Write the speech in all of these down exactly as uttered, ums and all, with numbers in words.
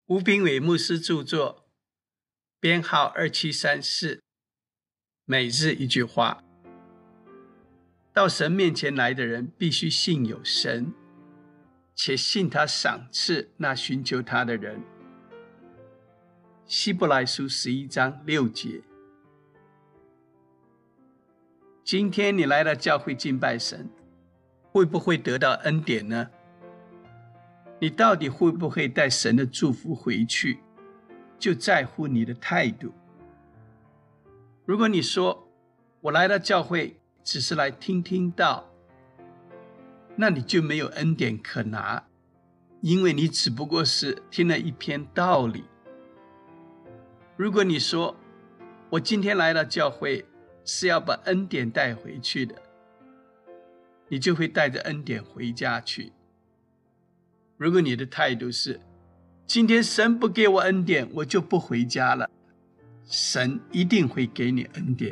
吴炳伟牧师著作，编号二七三四，每日一句话。到神面前来的人必须信有神，且信他赏赐那寻求他的人。希伯来书十一章六节。今天你来到教会敬拜神，会不会得到恩典呢？你到底会不会带神的祝福回去，就在乎你的态度。如果你说我来到教会只是来听听道，那你就没有恩典可拿，因为你只不过是听了一篇道理。如果你说我今天来到教会是要把恩典带回去的，你就会带着恩典回家去。如果你的态度是今天神不给我恩典，我就不回家了，神一定会给你恩典。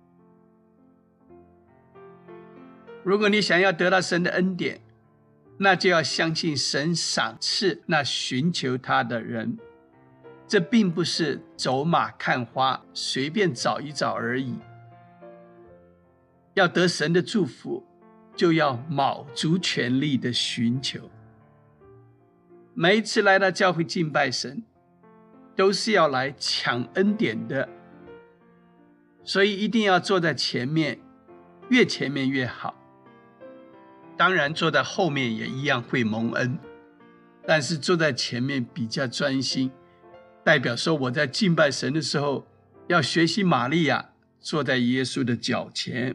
如果你想要得到神的恩典，那就要相信神赏赐那寻求他的人。这并不是走马看花，随便找一找而已。要得神的祝福，就要卯足全力的寻求。每一次来到教会敬拜神，都是要来抢恩典的，所以一定要坐在前面，越前面越好。当然坐在后面也一样会蒙恩，但是坐在前面比较专心，代表说我在敬拜神的时候要学习玛利亚坐在耶稣的脚前。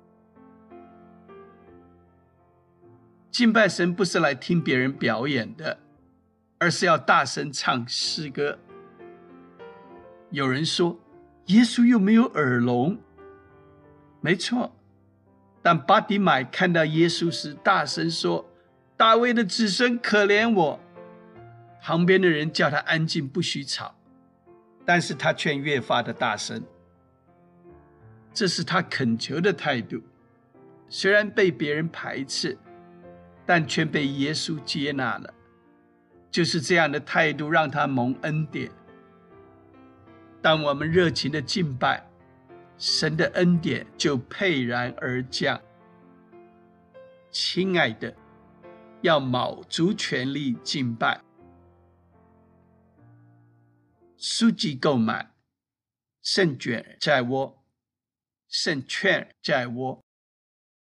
敬拜神不是来听别人表演的，而是要大声唱诗歌。有人说耶稣又没有耳聋，没错，但巴底买看到耶稣时大声说，大卫的子孙可怜我。旁边的人叫他安静，不许吵，但是他却越发的大声。这是他恳求的态度，虽然被别人排斥，但却被耶稣接纳了。就是这样的态度让他蒙恩典。当我们热情的敬拜，神的恩典就沛然而降。亲爱的，要卯足全力敬拜。书籍购买，胜券在握，胜券在握。